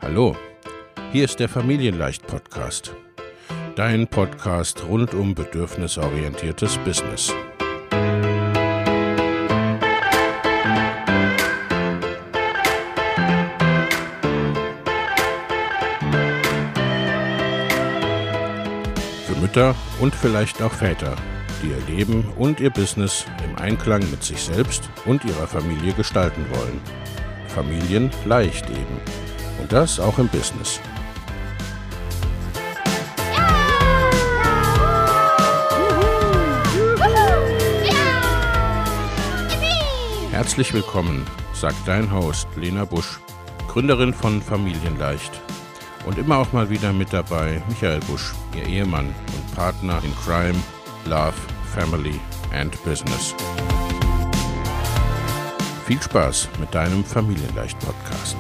Hallo, hier ist der Familienleicht-Podcast. Dein Podcast rund um bedürfnisorientiertes Business. Für Mütter und vielleicht auch Väter, die ihr Leben und ihr Business im Einklang mit sich selbst und ihrer Familie gestalten wollen. Familien leicht eben. Und das auch im Business. Herzlich willkommen, sagt dein Host Lena Busch, Gründerin von Familienleicht. Und immer auch mal wieder mit dabei Michael Busch, ihr Ehemann und Partner in Crime, Love, Family and Business. Viel Spaß mit deinem Familienleicht-Podcast.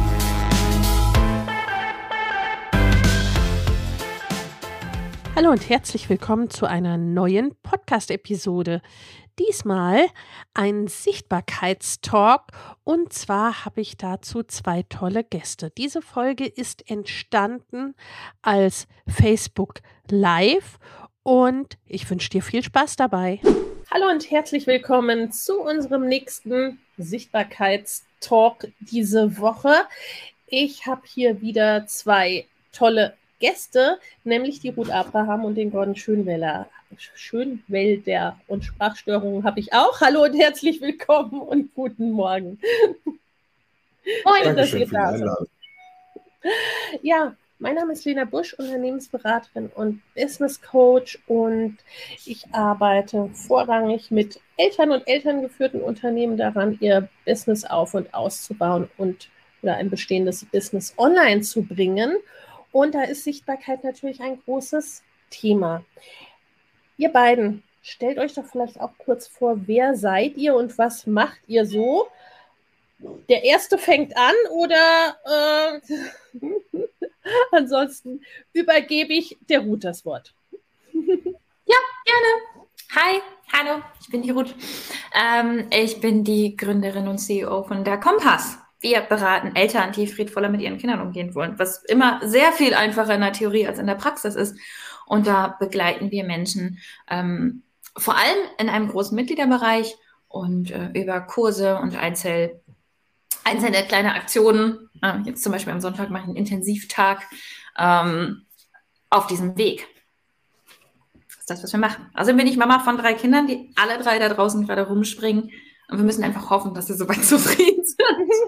Hallo und herzlich willkommen zu einer neuen Podcast-Episode. Diesmal ein Sichtbarkeitstalk und zwar habe ich dazu 2 tolle Gäste. Diese Folge ist entstanden als Facebook Live und ich wünsche dir viel Spaß dabei. Hallo und herzlich willkommen zu unserem nächsten Sichtbarkeitstalk diese Woche. Ich habe hier wieder 2 tolle Gäste, nämlich die Ruth Abraham und den Gordon Schönwelder. Und Sprachstörungen habe ich auch. Hallo und herzlich willkommen und guten Morgen. Moin, Dankeschön für die Einladung. Ja, mein Name ist Lena Busch, Unternehmensberaterin und Business Coach und ich arbeite vorrangig mit Eltern und elterngeführten Unternehmen daran, ihr Business auf- und auszubauen oder ein bestehendes Business online zu bringen. Und da ist Sichtbarkeit natürlich ein großes Thema. Ihr beiden, stellt euch doch vielleicht auch kurz vor, wer seid ihr und was macht ihr so? Der Erste fängt an oder ansonsten übergebe ich der Ruth das Wort. Ja, gerne. Hi, hallo, ich bin die Ruth. Ich bin die Gründerin und CEO von der Kompass. Wir beraten Eltern, die friedvoller mit ihren Kindern umgehen wollen, was immer sehr viel einfacher in der Theorie als in der Praxis ist. Und da begleiten wir Menschen vor allem in einem großen Mitgliederbereich und über Kurse und einzelne kleine Aktionen. Jetzt zum Beispiel am Sonntag mache ich einen Intensivtag auf diesem Weg. Das ist das, was wir machen. Also bin ich Mama von 3 Kindern, die alle 3 da draußen gerade rumspringen. Und wir müssen einfach hoffen, dass sie soweit zufrieden sind.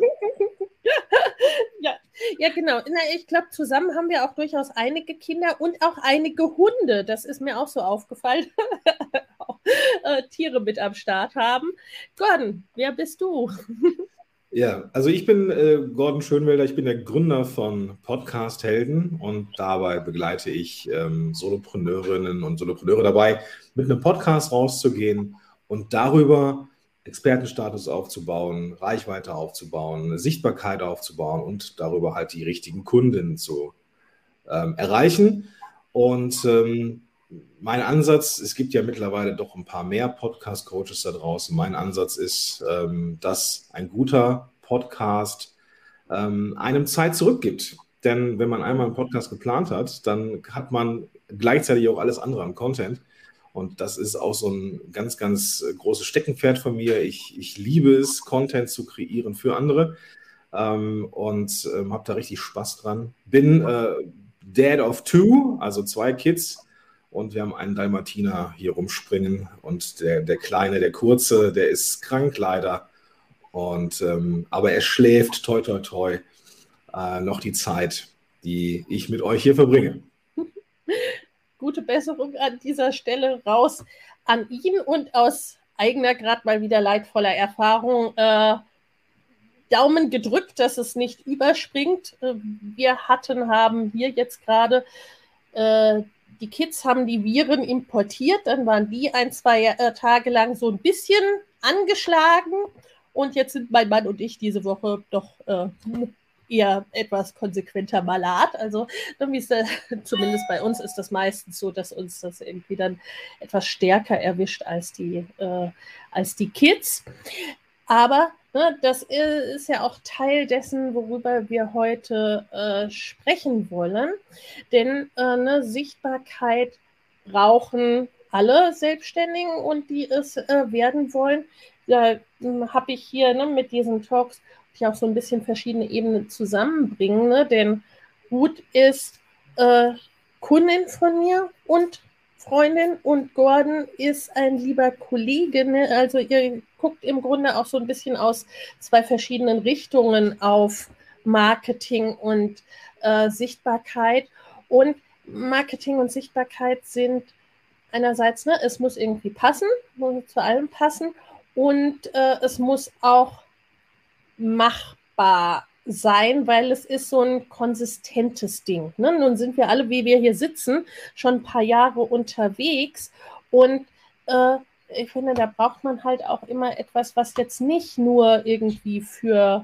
Ja, genau. Ich glaube, zusammen haben wir auch durchaus einige Kinder und auch einige Hunde. Das ist mir auch so aufgefallen. Auch, Tiere mit am Start haben. Gordon, wer bist du? Ja, also ich bin Gordon Schönwelder, ich bin der Gründer von Podcast Helden und dabei begleite ich Solopreneurinnen und Solopreneure dabei, mit einem Podcast rauszugehen und darüber Expertenstatus aufzubauen, Reichweite aufzubauen, Sichtbarkeit aufzubauen und darüber halt die richtigen Kunden zu erreichen. Und mein Ansatz, es gibt ja mittlerweile doch ein paar mehr Podcast-Coaches da draußen. Mein Ansatz ist, dass ein guter Podcast einem Zeit zurückgibt. Denn wenn man einmal einen Podcast geplant hat, dann hat man gleichzeitig auch alles andere an Content. Und das ist auch so ein ganz, ganz großes Steckenpferd von mir. Ich liebe es, Content zu kreieren für andere und habe da richtig Spaß dran. Bin Dad of 2, also 2 Kids. Und wir haben einen Dalmatiner hier rumspringen. Und der Kleine, der Kurze, der ist krank leider. Und, aber er schläft, toi, toi, toi, noch die Zeit, die ich mit euch hier verbringe. Gute Besserung an dieser Stelle raus an ihn und aus eigener, gerade mal wieder leidvoller Erfahrung Daumen gedrückt, dass es nicht überspringt. Wir haben hier jetzt gerade, die Kids haben die Viren importiert, dann waren die 1-2 Tage lang so ein bisschen angeschlagen und jetzt sind mein Mann und ich diese Woche doch eher etwas konsequenter malat. Also zumindest bei uns ist das meistens so, dass uns das irgendwie dann etwas stärker erwischt als die Kids. Aber ne, das ist ja auch Teil dessen, worüber wir heute sprechen wollen. Denn ne, Sichtbarkeit brauchen alle Selbstständigen und die es werden wollen. Da habe ich hier ne, mit diesen Talks ich auch so ein bisschen verschiedene Ebenen zusammenbringen. Ne? Denn Ruth ist Kundin von mir und Freundin und Gordon ist ein lieber Kollege. Ne? Also ihr guckt im Grunde auch so ein bisschen aus zwei verschiedenen Richtungen auf Marketing und Sichtbarkeit. Und Marketing und Sichtbarkeit sind einerseits, ne, es muss irgendwie passen, muss zu allem passen und es muss auch machbar sein, weil es ist so ein konsistentes Ding. Ne? Nun sind wir alle, wie wir hier sitzen, schon ein paar Jahre unterwegs und ich finde, da braucht man halt auch immer etwas, was jetzt nicht nur irgendwie für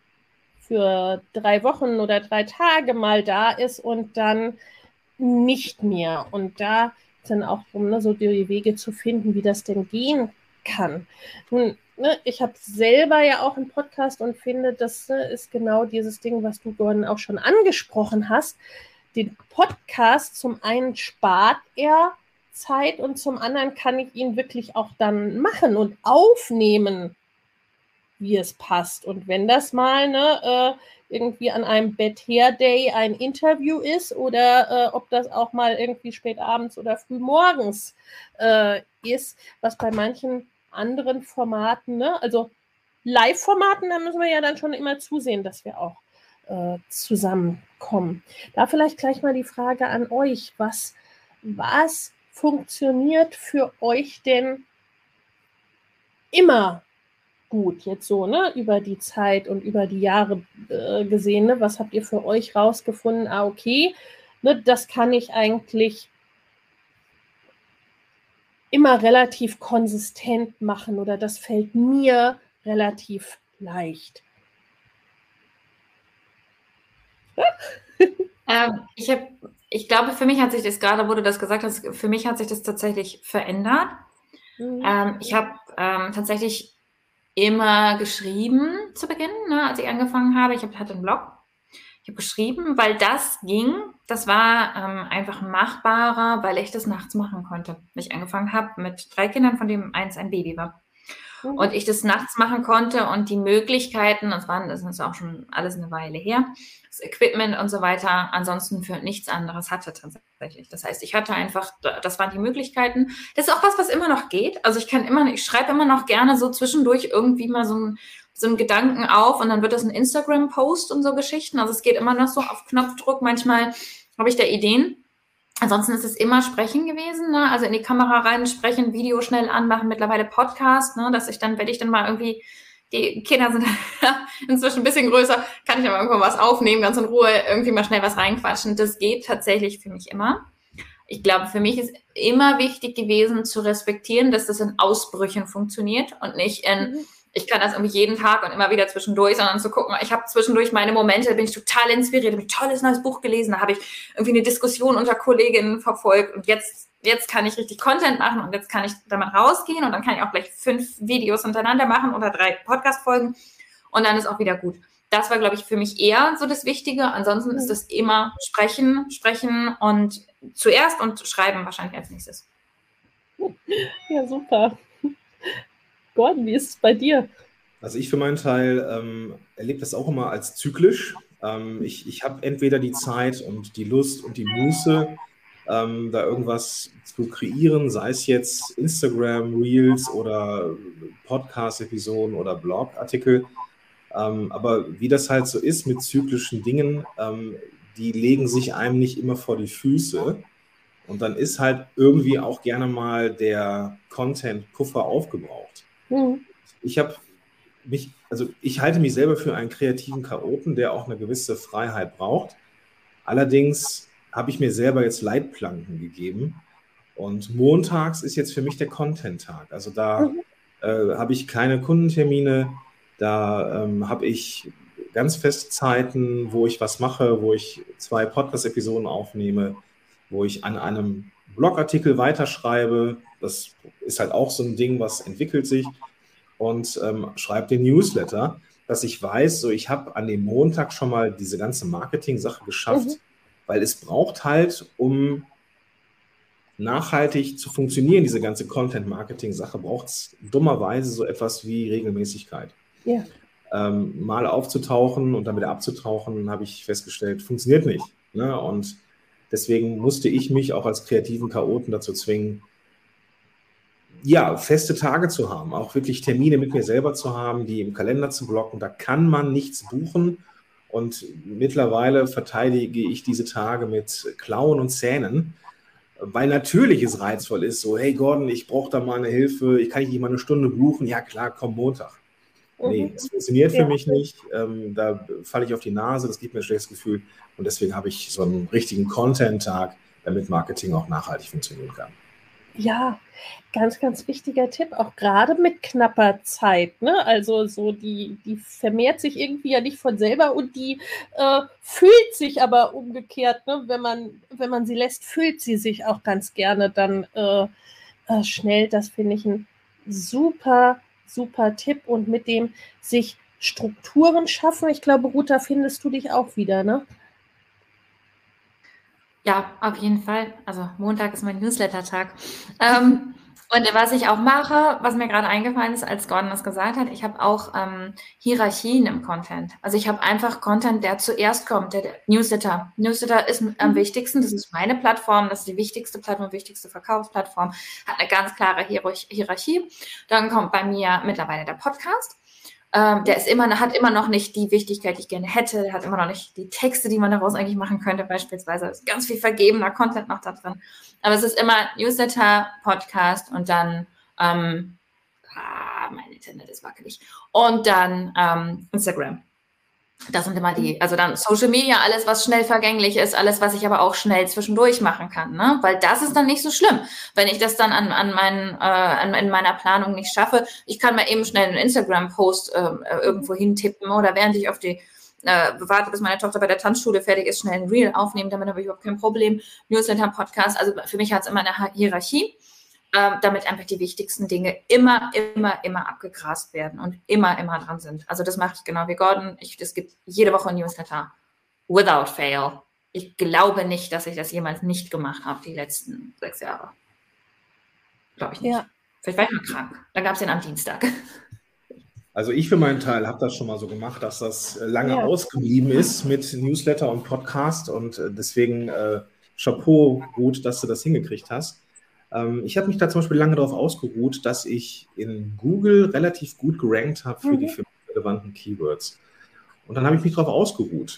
3 Wochen oder 3 Tage mal da ist und dann nicht mehr. Und da dann auch um ne, so die Wege zu finden, wie das denn gehen kann. Nun, ne, ich habe selber ja auch einen Podcast und finde, das ist genau dieses Ding, was du, Gordon, auch schon angesprochen hast. Den Podcast zum einen spart er Zeit und zum anderen kann ich ihn wirklich auch dann machen und aufnehmen, wie es passt. Und wenn das mal ne, irgendwie an einem Bad Hair Day ein Interview ist oder ob das auch mal irgendwie spät abends oder früh morgens ist, was bei manchen anderen Formaten, ne, also Live-Formaten, da müssen wir ja dann schon immer zusehen, dass wir auch zusammenkommen. Da vielleicht gleich mal die Frage an euch, was funktioniert für euch denn immer gut, jetzt so, ne, über die Zeit und über die Jahre gesehen, ne, was habt ihr für euch rausgefunden? Ah, okay, ne, das kann ich eigentlich immer relativ konsistent machen oder das fällt mir relativ leicht. Ich glaube, für mich hat sich das gerade, wo du das gesagt hast, für mich hat sich das tatsächlich verändert. Ich habe tatsächlich immer geschrieben zu Beginn, ne, als ich angefangen habe. Ich hatte einen Blog. Ich habe geschrieben, weil das ging. Das war einfach machbarer, weil ich das nachts machen konnte. Ich angefangen habe mit 3 Kindern, von denen eins ein Baby war. Und ich das nachts machen konnte und die Möglichkeiten, das ist auch schon alles eine Weile her, das Equipment und so weiter, ansonsten für nichts anderes hatte tatsächlich. Das heißt, ich hatte einfach, das waren die Möglichkeiten. Das ist auch was immer noch geht. Also ich schreibe immer noch gerne so zwischendurch irgendwie mal so einen Gedanken auf und dann wird das ein Instagram-Post und so Geschichten. Also es geht immer noch so auf Knopfdruck. Manchmal habe ich da Ideen. Ansonsten ist es immer Sprechen gewesen, ne? Also in die Kamera rein sprechen, Video schnell anmachen, mittlerweile Podcast, ne? Dass wenn ich dann mal irgendwie, die Kinder sind inzwischen ein bisschen größer, kann ich aber irgendwo was aufnehmen, ganz in Ruhe, irgendwie mal schnell was reinquatschen. Das geht tatsächlich für mich immer. Ich glaube, für mich ist immer wichtig gewesen zu respektieren, dass das in Ausbrüchen funktioniert und nicht ich kann das irgendwie jeden Tag und immer wieder zwischendurch, sondern zu gucken, ich habe zwischendurch meine Momente, da bin ich total inspiriert, habe ein tolles neues Buch gelesen, da habe ich irgendwie eine Diskussion unter Kolleginnen verfolgt und jetzt kann ich richtig Content machen und jetzt kann ich damit rausgehen und dann kann ich auch gleich 5 Videos hintereinander machen oder 3 Podcast-Folgen und dann ist auch wieder gut. Das war, glaube ich, für mich eher so das Wichtige. Ansonsten ist das immer sprechen und zuerst und schreiben wahrscheinlich als nächstes. Ja, super. Gordon, wie ist es bei dir? Also ich für meinen Teil erlebe das auch immer als zyklisch. Ich habe entweder die Zeit und die Lust und die Muße, da irgendwas zu kreieren, sei es jetzt Instagram, Reels oder Podcast-Episoden oder Blogartikel. Aber wie das halt so ist mit zyklischen Dingen, die legen sich einem nicht immer vor die Füße. Und dann ist halt irgendwie auch gerne mal der Content-Puffer aufgebraucht. Ich halte mich selber für einen kreativen Chaoten, der auch eine gewisse Freiheit braucht. Allerdings habe ich mir selber jetzt Leitplanken gegeben und montags ist jetzt für mich der Content-Tag. Also da habe ich keine Kundentermine, da habe ich ganz feste Zeiten, wo ich was mache, wo ich 2 Podcast-Episoden aufnehme, wo ich an einem Blogartikel weiterschreibe. Das ist halt auch so ein Ding, was entwickelt sich. und schreibe den Newsletter, dass ich weiß, so ich habe an dem Montag schon mal diese ganze Marketing-Sache geschafft, weil es braucht halt, um nachhaltig zu funktionieren, diese ganze Content-Marketing-Sache, braucht es dummerweise so etwas wie Regelmäßigkeit. Ja. Mal aufzutauchen und dann wieder abzutauchen, habe ich festgestellt, funktioniert nicht. Ne? Und deswegen musste ich mich auch als kreativen Chaoten dazu zwingen, ja, feste Tage zu haben, auch wirklich Termine mit mir selber zu haben, die im Kalender zu blocken. Da kann man nichts buchen. Und mittlerweile verteidige ich diese Tage mit Klauen und Zähnen, weil natürlich es reizvoll ist, so, hey Gordon, ich brauche da mal eine Hilfe, ich kann nicht mal eine Stunde buchen. Ja klar, komm Montag. Nee, es funktioniert für mich nicht. Da falle ich auf die Nase, das gibt mir ein schlechtes Gefühl. Und deswegen habe ich so einen richtigen Content-Tag, damit Marketing auch nachhaltig funktionieren kann. Ja, ganz, ganz wichtiger Tipp, auch gerade mit knapper Zeit, ne? Also so die vermehrt sich irgendwie ja nicht von selber und die fühlt sich aber umgekehrt, ne? Wenn man sie lässt, fühlt sie sich auch ganz gerne dann schnell. Das finde ich ein super, super Tipp und mit dem sich Strukturen schaffen. Ich glaube, Ruth, da findest du dich auch wieder, ne? Ja, auf jeden Fall. Also Montag ist mein Newsletter-Tag. Und was ich auch mache, was mir gerade eingefallen ist, als Gordon das gesagt hat, ich habe auch Hierarchien im Content. Also ich habe einfach Content, der zuerst kommt, der Newsletter. Newsletter ist am wichtigsten, das ist meine Plattform, das ist die wichtigste Plattform, wichtigste Verkaufsplattform, hat eine ganz klare Hierarchie. Dann kommt bei mir mittlerweile der Podcast. Der hat immer noch nicht die Wichtigkeit, die ich gerne hätte. Der hat immer noch nicht die Texte, die man daraus eigentlich machen könnte, beispielsweise. Es ist ganz viel vergebener Content noch da drin. Aber es ist immer Newsletter, Podcast und dann, mein Internet ist wackelig. Und dann Instagram. Das sind immer also dann Social Media, alles, was schnell vergänglich ist, alles, was ich aber auch schnell zwischendurch machen kann, ne? Weil das ist dann nicht so schlimm, wenn ich das dann in meiner Planung nicht schaffe. Ich kann mal eben schnell einen Instagram-Post irgendwo hintippen oder während ich auf die warte, bis meine Tochter bei der Tanzschule fertig ist, schnell ein Reel aufnehmen, damit habe ich überhaupt kein Problem. Newsletter, Podcast, also für mich hat es immer eine Hierarchie, damit einfach die wichtigsten Dinge immer abgegrast werden und immer dran sind. Also das mache ich genau wie Gordon. Es gibt jede Woche ein Newsletter. Without fail. Ich glaube nicht, dass ich das jemals nicht gemacht habe, die letzten 6 Jahre. Glaube ich nicht. Ja. Vielleicht war ich mal krank. Dann gab es den am Dienstag. Also ich für meinen Teil habe das schon mal so gemacht, dass das lange ausgeblieben ist mit Newsletter und Podcast und deswegen Chapeau, gut, dass du das hingekriegt hast. Ich habe mich da zum Beispiel lange darauf ausgeruht, dass ich in Google relativ gut gerankt habe für die für mich relevanten Keywords. Und dann habe ich mich darauf ausgeruht.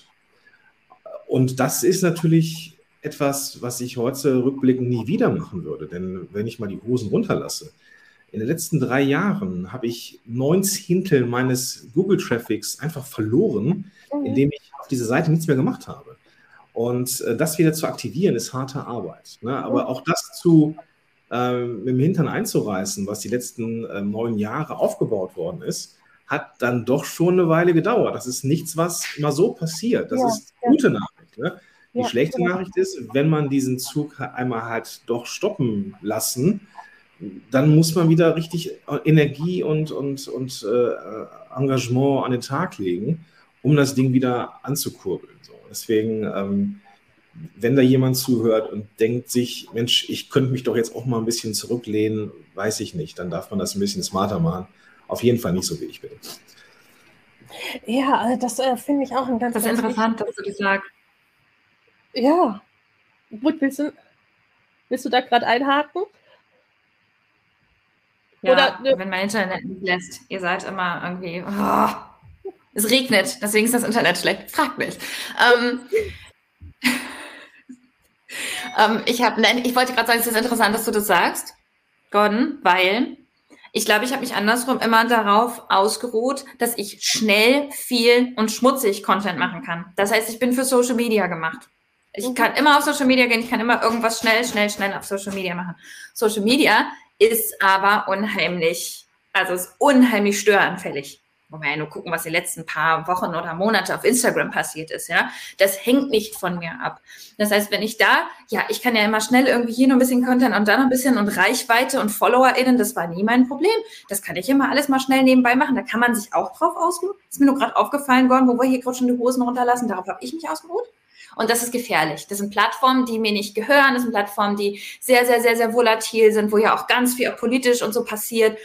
Und das ist natürlich etwas, was ich heute rückblickend nie wieder machen würde. Denn wenn ich mal die Hosen runterlasse, in den letzten 3 Jahren habe ich 9/10 meines Google-Traffics einfach verloren, indem ich auf diese Seite nichts mehr gemacht habe. Und das wieder zu aktivieren, ist harte Arbeit. Ne? Aber auch das mit dem Hintern einzureißen, was die letzten 9 Jahre aufgebaut worden ist, hat dann doch schon eine Weile gedauert. Das ist nichts, was immer so passiert. Das ist eine gute Nachricht. Ne? Die schlechte Nachricht ist, wenn man diesen Zug einmal halt doch stoppen lassen, dann muss man wieder richtig Energie und Engagement an den Tag legen, um das Ding wieder anzukurbeln. So. Deswegen, wenn da jemand zuhört und denkt sich, Mensch, ich könnte mich doch jetzt auch mal ein bisschen zurücklehnen, weiß ich nicht, dann darf man das ein bisschen smarter machen. Auf jeden Fall nicht so wie ich bin. Ja, das finde ich auch ein ganz, das ist interessant, dass du das sagst. Ja. Gut, willst du da gerade einhaken? Ja, oder, wenn mein Internet nicht lässt. Ihr seid immer irgendwie, es regnet, deswegen ist das Internet schlecht. Fragt mich. Ich wollte gerade sagen, es ist interessant, dass du das sagst, Gordon, weil ich glaube, ich habe mich andersrum immer darauf ausgeruht, dass ich schnell, viel und schmutzig Content machen kann. Das heißt, ich bin für Social Media gemacht. Ich kann immer auf Social Media gehen, ich kann immer irgendwas schnell auf Social Media machen. Social Media ist aber unheimlich störanfällig. wo wir ja nur gucken, was die letzten paar Wochen oder Monate auf Instagram passiert ist, ja, das hängt nicht von mir ab. Das heißt, wenn ich da, ich kann ja immer schnell irgendwie hier noch ein bisschen Content und da noch ein bisschen und Reichweite und FollowerInnen, das war nie mein Problem. Das kann ich immer alles mal schnell nebenbei machen, da kann man sich auch drauf ausruhen. Ist mir nur gerade aufgefallen, Gordon, wo wir hier gerade schon die Hosen runterlassen, darauf habe ich mich ausgeruht. Und das ist gefährlich. Das sind Plattformen, die mir nicht gehören. Das sind Plattformen, die sehr, sehr, sehr, sehr volatil sind, wo ja auch ganz viel politisch und so passiert.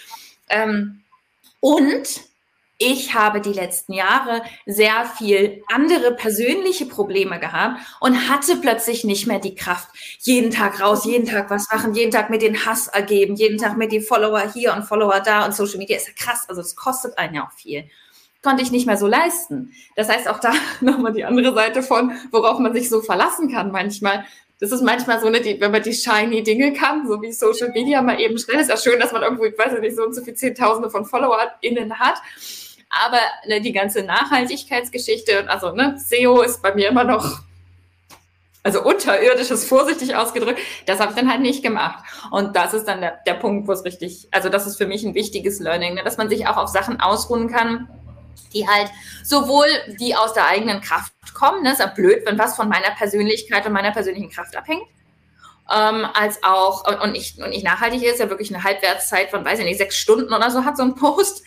Und ich habe die letzten Jahre sehr viel andere persönliche Probleme gehabt und hatte plötzlich nicht mehr die Kraft, jeden Tag raus, jeden Tag was machen, jeden Tag mir den Hass ergeben, jeden Tag mir die Follower hier und Follower da und Social Media ist ja krass, also es kostet einen ja auch viel. Konnte ich nicht mehr so leisten. Das heißt auch da nochmal die andere Seite von, worauf man sich so verlassen kann manchmal. Das ist manchmal so, wenn man die shiny Dinge kann, so wie Social Media mal eben schnell, ist ja schön, dass man irgendwo, ich weiß nicht, so und so viel Zehntausende von FollowerInnen hat. Aber die ganze Nachhaltigkeitsgeschichte und also SEO ist bei mir immer noch, also unterirdisch ist vorsichtig ausgedrückt, das habe ich dann halt nicht gemacht. Und das ist dann der Punkt, wo es richtig, also das ist für mich ein wichtiges Learning, dass man sich auch auf Sachen ausruhen kann, die halt sowohl die aus der eigenen Kraft kommen, ist ja blöd, wenn was von meiner Persönlichkeit und meiner persönlichen Kraft abhängt, als auch, und nicht nachhaltig ist, ja wirklich eine Halbwertszeit von, weiß ich nicht, 6 Stunden oder so hat so ein Post,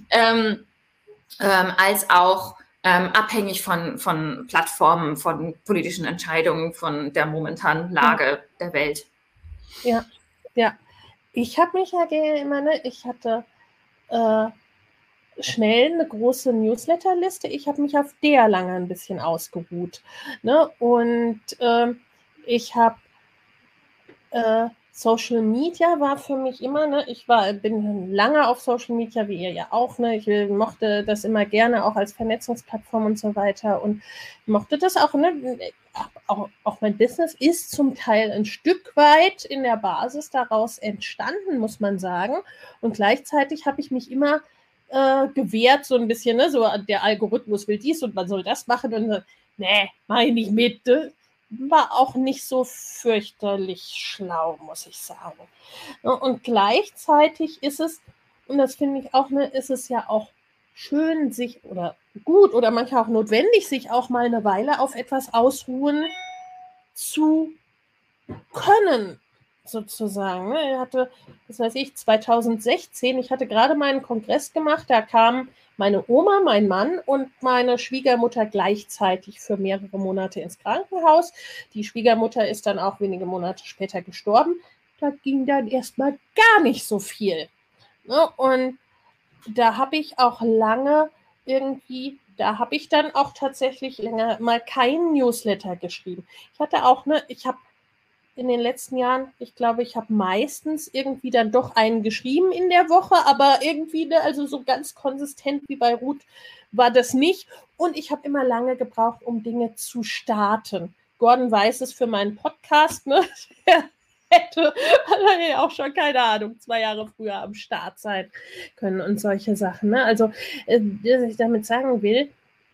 als auch abhängig von Plattformen, von politischen Entscheidungen, von der momentanen Lage der Welt. Ja. Ich habe mich ja immer, ich hatte schnell eine große Newsletterliste. Ich habe mich auf der lange ein bisschen ausgeruht. Ne? Und ich habe Social Media war für mich immer, ich bin lange auf Social Media, wie ihr ja auch, ich mochte das immer gerne auch als Vernetzungsplattform und so weiter und mochte das auch, auch mein Business ist zum Teil ein Stück weit in der Basis daraus entstanden, muss man sagen, und gleichzeitig habe ich mich immer gewehrt, so ein bisschen, so der Algorithmus will dies und man soll das machen und so, mach ich nicht mit, war auch nicht so fürchterlich schlau, muss ich sagen. Und gleichzeitig ist es, und das finde ich auch, ist es ja auch schön, sich oder gut oder manchmal auch notwendig, sich auch mal eine Weile auf etwas ausruhen zu können, sozusagen. Ich hatte, 2016, ich hatte gerade meinen Kongress gemacht, da kamen meine Oma, mein Mann und meine Schwiegermutter gleichzeitig für mehrere Monate ins Krankenhaus. Die Schwiegermutter ist dann auch wenige Monate später gestorben. Da ging dann erstmal gar nicht so viel. Und da habe ich auch lange da habe ich dann auch tatsächlich länger mal keinen Newsletter geschrieben. Ich hatte auch, ich habe in den letzten Jahren, ich glaube, ich habe meistens irgendwie dann doch einen geschrieben in der Woche, aber irgendwie, also so ganz konsistent wie bei Ruth war das nicht. Und ich habe immer lange gebraucht, um Dinge zu starten. Gordon weiß es für meinen Podcast, hätte auch schon, keine Ahnung, 2 Jahre früher am Start sein können und solche Sachen. Also, was ich damit sagen will,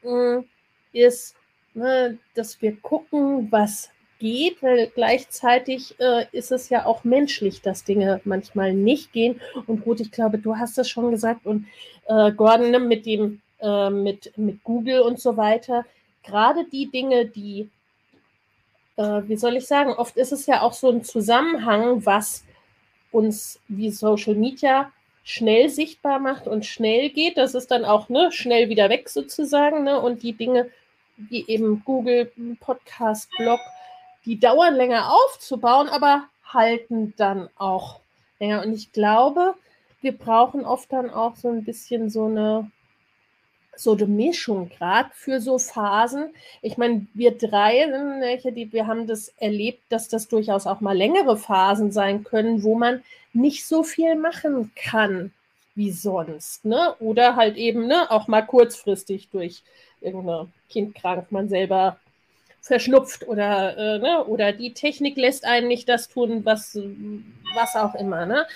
ist, dass wir gucken, was geht, weil gleichzeitig ist es ja auch menschlich, dass Dinge manchmal nicht gehen. Und Ruth, ich glaube, du hast das schon gesagt und Gordon mit Google und so weiter, gerade die Dinge, die wie soll ich sagen, oft ist es ja auch so ein Zusammenhang, was uns wie Social Media schnell sichtbar macht und schnell geht. Das ist dann auch schnell wieder weg sozusagen. Und die Dinge wie eben Google, Podcast, Blog, die dauern länger aufzubauen, aber halten dann auch länger. Und ich glaube, wir brauchen oft dann auch so ein bisschen so eine Mischung, gerade für so Phasen. Ich meine, wir drei, wir haben das erlebt, dass das durchaus auch mal längere Phasen sein können, wo man nicht so viel machen kann wie sonst. Oder halt eben auch mal kurzfristig durch irgendein Kind krank, man selber verschnupft oder die Technik lässt einen nicht das tun, was auch immer.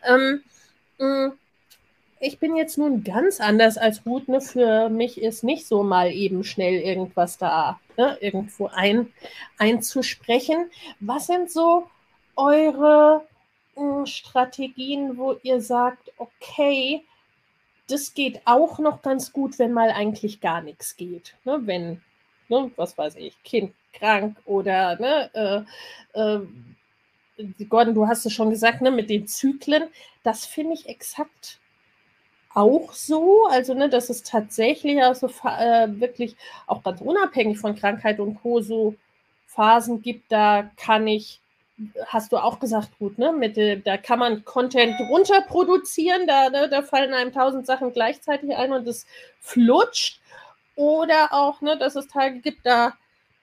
Ich bin jetzt nun ganz anders als Ruth. Für mich ist nicht so mal eben schnell irgendwas da, irgendwo einzusprechen. Was sind so eure Strategien, wo ihr sagt, okay, das geht auch noch ganz gut, wenn mal eigentlich gar nichts geht. Ne? Wenn, ne, was weiß ich, Kind krank oder, ne, Gordon, du hast es schon gesagt, ne, mit den Zyklen, das finde ich exakt auch so. Also, ne, dass es tatsächlich also wirklich auch ganz unabhängig von Krankheit und Co. so Phasen gibt, da kann ich, hast du auch gesagt, gut, ne, da kann man Content runterproduzieren, da fallen einem 1000 Sachen gleichzeitig ein und es flutscht. Oder auch, ne, dass es Tage gibt, da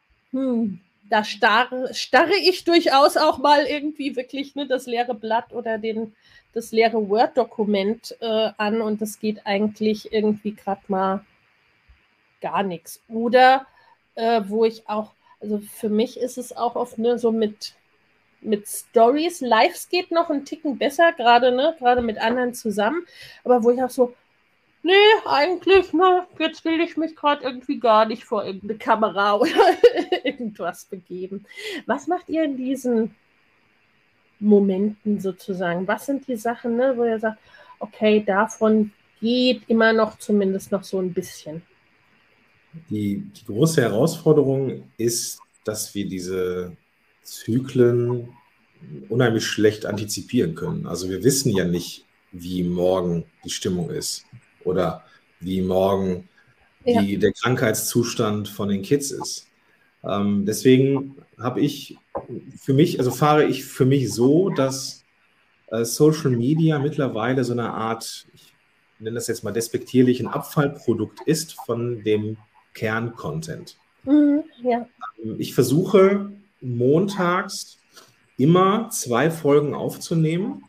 starre ich durchaus auch mal irgendwie wirklich, ne, das leere Blatt oder das leere Word-Dokument an und es geht eigentlich irgendwie gerade mal gar nichts. Oder wo ich auch, also für mich ist es auch oft, ne, so mit Stories, Lives geht noch einen Ticken besser, gerade mit anderen zusammen, aber wo ich auch so, nee, eigentlich, ne, jetzt will ich mich gerade irgendwie gar nicht vor irgendeine Kamera oder irgendwas begeben. Was macht ihr in diesen Momenten sozusagen? Was sind die Sachen, ne, wo ihr sagt, okay, davon geht immer noch zumindest noch so ein bisschen? Die große Herausforderung ist, dass wir diese Zyklen unheimlich schlecht antizipieren können. Also wir wissen ja nicht, wie morgen die Stimmung ist oder wie morgen der Krankheitszustand von den Kids ist. Deswegen fahre ich für mich so, dass Social Media mittlerweile so eine Art, ich nenne das jetzt mal despektierlich, ein Abfallprodukt ist von dem Kerncontent. Ja. Ich versuche montags immer 2 Folgen aufzunehmen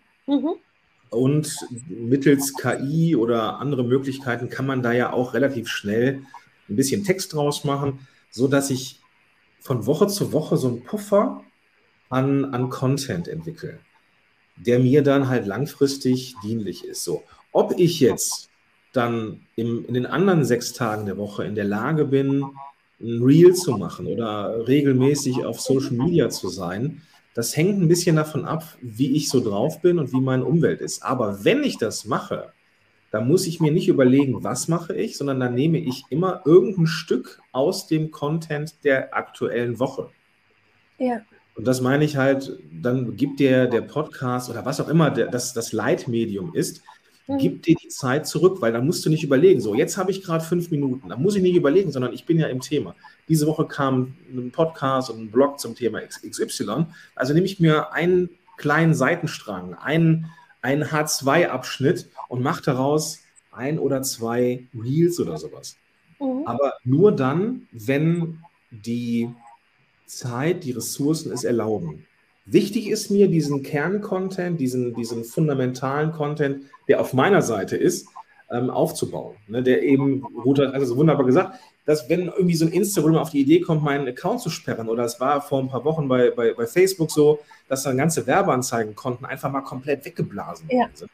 und mittels KI oder andere Möglichkeiten kann man da ja auch relativ schnell ein bisschen Text draus machen, sodass ich von Woche zu Woche so einen Puffer an Content entwickle, der mir dann halt langfristig dienlich ist. So, ob ich jetzt dann in den anderen 6 Tagen der Woche in der Lage bin, ein Reel zu machen oder regelmäßig auf Social Media zu sein, das hängt ein bisschen davon ab, wie ich so drauf bin und wie meine Umwelt ist. Aber wenn ich das mache, dann muss ich mir nicht überlegen, was mache ich, sondern dann nehme ich immer irgendein Stück aus dem Content der aktuellen Woche. Ja. Und das meine ich halt, dann gibt dir der Podcast oder was auch immer das Leitmedium ist, gibt dir die Zeit zurück, weil dann musst du nicht überlegen, so jetzt habe ich gerade 5 Minuten, da muss ich nicht überlegen, sondern ich bin ja im Thema. Diese Woche kam ein Podcast und ein Blog zum Thema XY, also nehme ich mir einen kleinen Seitenstrang, einen H2-Abschnitt und mache daraus 1 oder 2 Reels oder sowas. Aber nur dann, wenn die Zeit, die Ressourcen es erlauben. Wichtig ist mir, diesen Kerncontent, diesen fundamentalen Content, der auf meiner Seite ist, aufzubauen. Ne, der eben, Ruth hat also so wunderbar gesagt, dass wenn irgendwie so ein Instagram auf die Idee kommt, meinen Account zu sperren, oder es war vor ein paar Wochen bei Facebook so, dass dann ganze Werbeanzeigenkonten einfach mal komplett weggeblasen sind.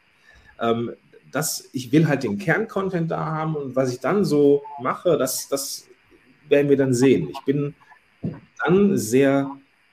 Ich will halt den Kerncontent da haben und was ich dann so mache, das werden wir dann sehen. Ich bin dann sehr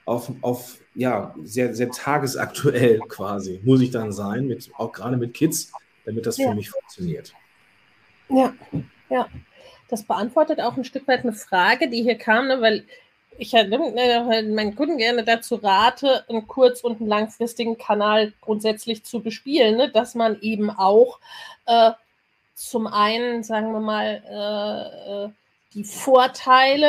sehr, sehr tagesaktuell quasi, muss ich dann sein, auch gerade mit Kids, damit das für mich funktioniert. Ja. Das beantwortet auch ein Stück weit eine Frage, die hier kam, ne, weil ich meinen Kunden gerne dazu rate, einen kurz- und einen langfristigen Kanal grundsätzlich zu bespielen, ne, dass man eben auch zum einen, sagen wir mal, die Vorteile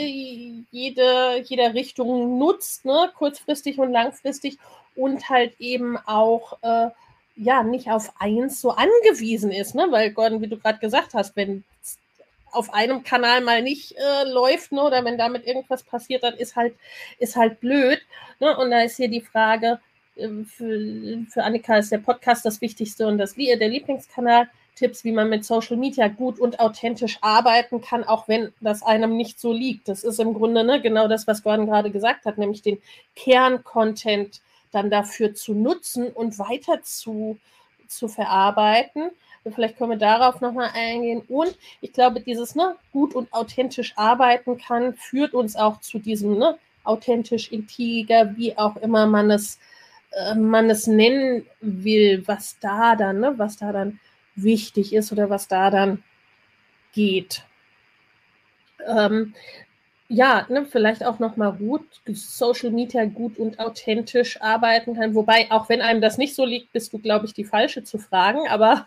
jeder Richtung nutzt, ne, kurzfristig und langfristig und halt eben auch nicht auf eins so angewiesen ist, ne, weil Gordon, wie du gerade gesagt hast, wenn auf einem Kanal mal nicht läuft, ne, oder wenn damit irgendwas passiert, dann ist halt blöd, ne, und da ist hier die Frage, für Annika ist der Podcast das Wichtigste und der Lieblingskanal. Tipps, wie man mit Social Media gut und authentisch arbeiten kann, auch wenn das einem nicht so liegt. Das ist im Grunde genau das, was Gordon gerade gesagt hat, nämlich den Kern-Content dann dafür zu nutzen und weiter zu verarbeiten. Vielleicht können wir darauf nochmal eingehen. Und ich glaube, dieses gut und authentisch arbeiten kann, führt uns auch zu diesem authentisch, integer, wie auch immer man es nennen will, was da dann wichtig ist oder was da dann geht. Vielleicht auch nochmal gut, Social Media gut und authentisch arbeiten kann. Wobei, auch wenn einem das nicht so liegt, bist du, glaube ich, die Falsche zu fragen, aber...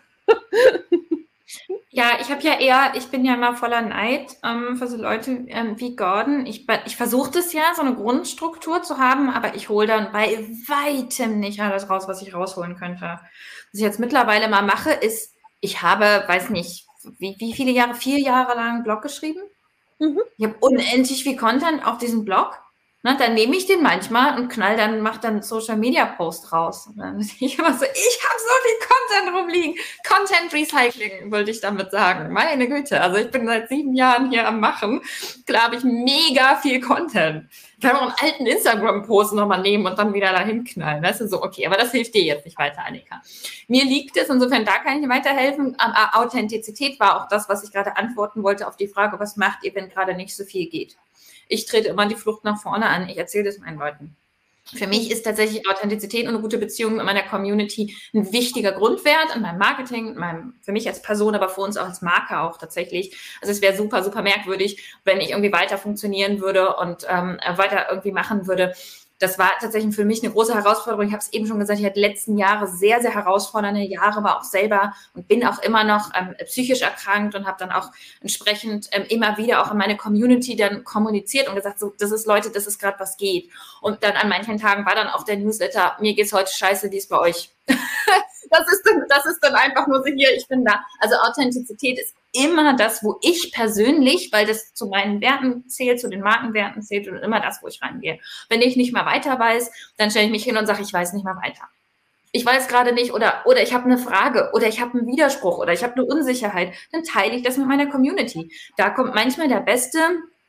Ja, ich bin ja immer voller Neid für so Leute wie Gordon. Ich versuche das ja, so eine Grundstruktur zu haben, aber ich hole dann bei weitem nicht alles raus, was ich rausholen könnte. Was ich jetzt mittlerweile mal mache, ist, ich habe, weiß nicht, wie viele Jahre, 4 Jahre lang einen Blog geschrieben. Ich habe unendlich viel Content auf diesem Blog. Ne, dann nehme ich den manchmal und mache dann Social-Media-Post raus. Und dann bin ich immer so, ich habe so viel Content rumliegen. Content-Recycling, wollte ich damit sagen. Meine Güte, also ich bin seit 7 Jahren hier am Machen. Klar habe ich mega viel Content. Ich kann auch einen alten Instagram-Post nochmal nehmen und dann wieder dahin knallen. Das ist so, okay, aber das hilft dir jetzt nicht weiter, Annika. Mir liegt es, insofern da kann ich dir weiterhelfen. Authentizität war auch das, was ich gerade antworten wollte auf die Frage, was macht ihr, wenn gerade nicht so viel geht? Ich trete immer die Flucht nach vorne an. Ich erzähle das meinen Leuten. Für mich ist tatsächlich Authentizität und eine gute Beziehung mit meiner Community ein wichtiger Grundwert in meinem Marketing, für mich als Person, aber für uns auch als Marke auch tatsächlich. Also es wäre super, super merkwürdig, wenn ich irgendwie weiter funktionieren würde und weiter irgendwie machen würde. Das war tatsächlich für mich eine große Herausforderung. Ich habe es eben schon gesagt, ich hatte die letzten Jahre sehr, sehr herausfordernde Jahre, war auch selber und bin auch immer noch psychisch erkrankt und habe dann auch entsprechend immer wieder auch in meine Community dann kommuniziert und gesagt, so, das ist Leute, das ist gerade was geht. Und dann an manchen Tagen war dann auch der Newsletter, mir geht's heute scheiße, wie ist bei euch? Das ist dann einfach nur so hier, ich bin da. Also Authentizität ist immer das, wo ich persönlich, weil das zu meinen Werten zählt, zu den Markenwerten zählt und immer das, wo ich reingehe. Wenn ich nicht mal weiter weiß, dann stelle ich mich hin und sage, ich weiß nicht mal weiter. Ich weiß gerade nicht oder ich habe eine Frage oder ich habe einen Widerspruch oder ich habe eine Unsicherheit, dann teile ich das mit meiner Community. Da kommt manchmal der beste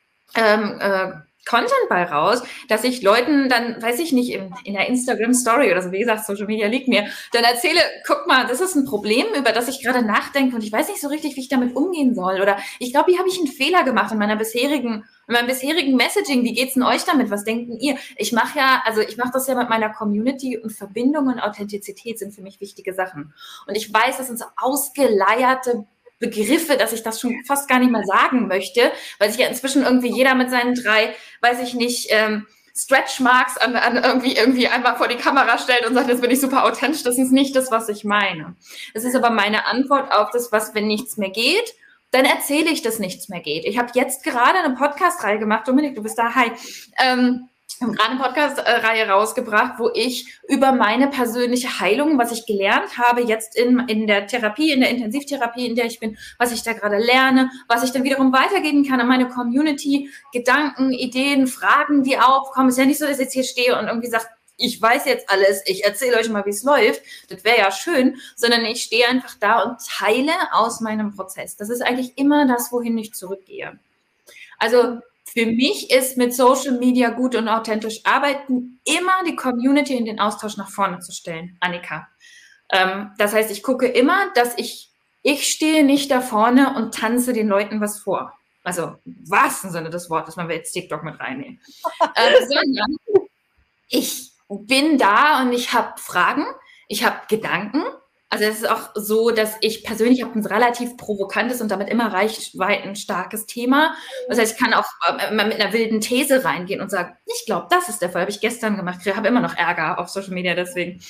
Content bei raus, dass ich Leuten dann, weiß ich nicht, in der Instagram-Story oder so, wie gesagt, Social Media liegt mir, dann erzähle, guck mal, das ist ein Problem, über das ich gerade nachdenke und ich weiß nicht so richtig, wie ich damit umgehen soll. Oder ich glaube, hier habe ich einen Fehler gemacht in meinem bisherigen Messaging. Wie geht's denn euch damit? Was denken ihr? Ich mache das ja mit meiner Community und Verbindung und Authentizität sind für mich wichtige Sachen. Und ich weiß, das sind so ausgeleierte Begriffe, dass ich das schon fast gar nicht mehr sagen möchte, weil sich ja inzwischen irgendwie jeder mit seinen 3, weiß ich nicht, Stretch Marks an irgendwie einmal vor die Kamera stellt und sagt, jetzt bin ich super authentisch. Das ist nicht das, was ich meine. Das ist aber meine Antwort auf das, was, wenn nichts mehr geht, dann erzähle ich, dass nichts mehr geht. Ich habe jetzt gerade eine Podcast-Reihe gemacht, Dominik, du bist da, hi, ich habe gerade eine Podcast-Reihe rausgebracht, wo ich über meine persönliche Heilung, was ich gelernt habe, jetzt in der Therapie, in der Intensivtherapie, in der ich bin, was ich da gerade lerne, was ich dann wiederum weitergeben kann an meine Community, Gedanken, Ideen, Fragen, die aufkommen. Es ist ja nicht so, dass ich jetzt hier stehe und irgendwie sage, ich weiß jetzt alles, ich erzähle euch mal, wie es läuft. Das wäre ja schön, sondern ich stehe einfach da und teile aus meinem Prozess. Das ist eigentlich immer das, wohin ich zurückgehe. Also für mich ist mit Social Media gut und authentisch arbeiten immer die Community in den Austausch nach vorne zu stellen, Annika. Das heißt, ich gucke immer, dass ich stehe nicht da vorne und tanze den Leuten was vor. Also im wahrsten Sinne des Wortes, wenn wir jetzt TikTok mit reinnehmen. Sondern ich bin da und ich habe Fragen, ich habe Gedanken. Also es ist auch so, dass ich persönlich habe ein relativ provokantes und damit immer reichweitenstarkes Thema. Das heißt, ich kann auch mit einer wilden These reingehen und sagen, ich glaube, das ist der Fall. Habe ich gestern gemacht. Ich habe immer noch Ärger auf Social Media deswegen.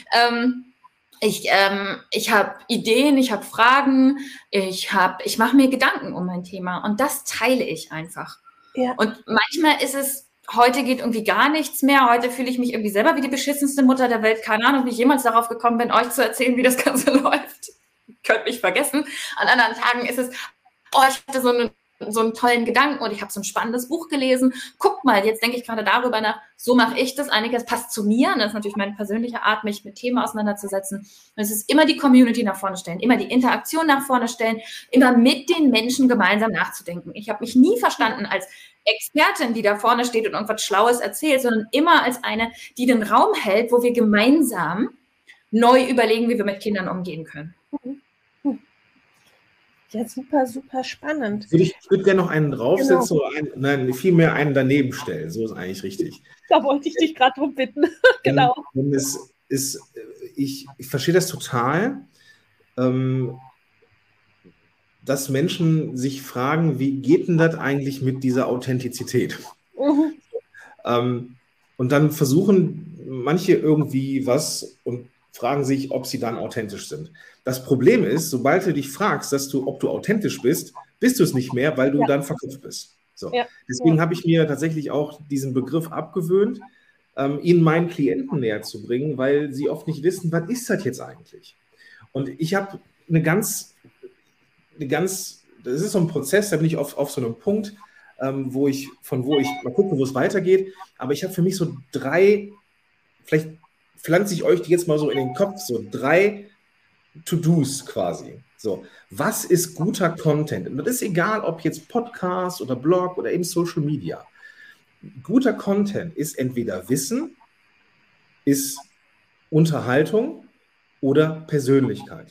Ich habe Ideen, ich habe Fragen, ich mache mir Gedanken um mein Thema und das teile ich einfach. Ja. Und manchmal ist es, heute geht irgendwie gar nichts mehr. Heute fühle ich mich irgendwie selber wie die beschissenste Mutter der Welt. Keine Ahnung, wie ich jemals darauf gekommen bin, euch zu erzählen, wie das Ganze läuft. Könnt mich vergessen. An anderen Tagen ist es, ich hatte so einen tollen Gedanken und ich habe so ein spannendes Buch gelesen. Guck mal, jetzt denke ich gerade darüber nach, so mache ich das. Einiges passt zu mir. Und das ist natürlich meine persönliche Art, mich mit Themen auseinanderzusetzen. Und es ist immer die Community nach vorne stellen, immer die Interaktion nach vorne stellen, immer mit den Menschen gemeinsam nachzudenken. Ich habe mich nie verstanden als Expertin, die da vorne steht und irgendwas Schlaues erzählt, sondern immer als eine, die den Raum hält, wo wir gemeinsam neu überlegen, wie wir mit Kindern umgehen können. Ja, super, super spannend. Ich würde gerne noch einen draufsetzen oder vielmehr einen daneben stellen. So ist eigentlich richtig. Da wollte ich dich gerade drum bitten. Genau. Ich verstehe das total. dass Menschen sich fragen, wie geht denn das eigentlich mit dieser Authentizität? Und dann versuchen manche irgendwie was und fragen sich, ob sie dann authentisch sind. Das Problem ist, sobald du dich fragst, ob du authentisch bist, bist du es nicht mehr, weil du dann verkopft bist. So. Ja. Deswegen habe ich mir tatsächlich auch diesen Begriff abgewöhnt, ihn meinen Klienten näher zu bringen, weil sie oft nicht wissen, was ist das jetzt eigentlich? Und ich habe das ist so ein Prozess, da bin ich auf so einem Punkt, wo ich mal gucke, wo es weitergeht, aber ich habe für mich so 3, vielleicht pflanze ich euch die jetzt mal so in den Kopf, so 3 To-Dos quasi. So, was ist guter Content? Und das ist egal, ob jetzt Podcast oder Blog oder eben Social Media. Guter Content ist entweder Wissen, ist Unterhaltung oder Persönlichkeit.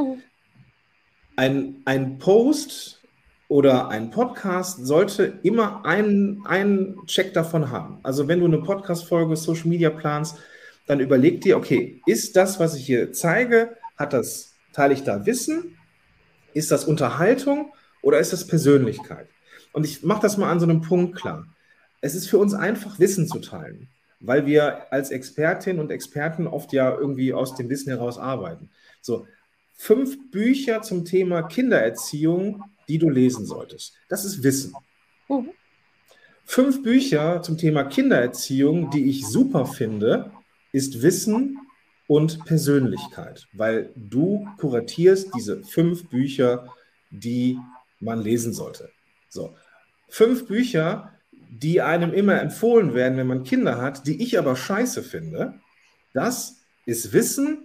Ein Post oder ein Podcast sollte immer einen Check davon haben. Also wenn du eine Podcast-Folge Social Media planst, dann überleg dir, okay, ist das, was ich hier zeige, teile ich da Wissen? Ist das Unterhaltung oder ist das Persönlichkeit? Und ich mache das mal an so einem Punkt klar. Es ist für uns einfach, Wissen zu teilen, weil wir als Expertinnen und Experten oft ja irgendwie aus dem Wissen heraus arbeiten. So, 5 Bücher zum Thema Kindererziehung, die du lesen solltest. Das ist Wissen. 5 Bücher zum Thema Kindererziehung, die ich super finde, ist Wissen und Persönlichkeit, weil du kuratierst diese 5 Bücher, die man lesen sollte. So, 5 Bücher, die einem immer empfohlen werden, wenn man Kinder hat, die ich aber scheiße finde, das ist Wissen,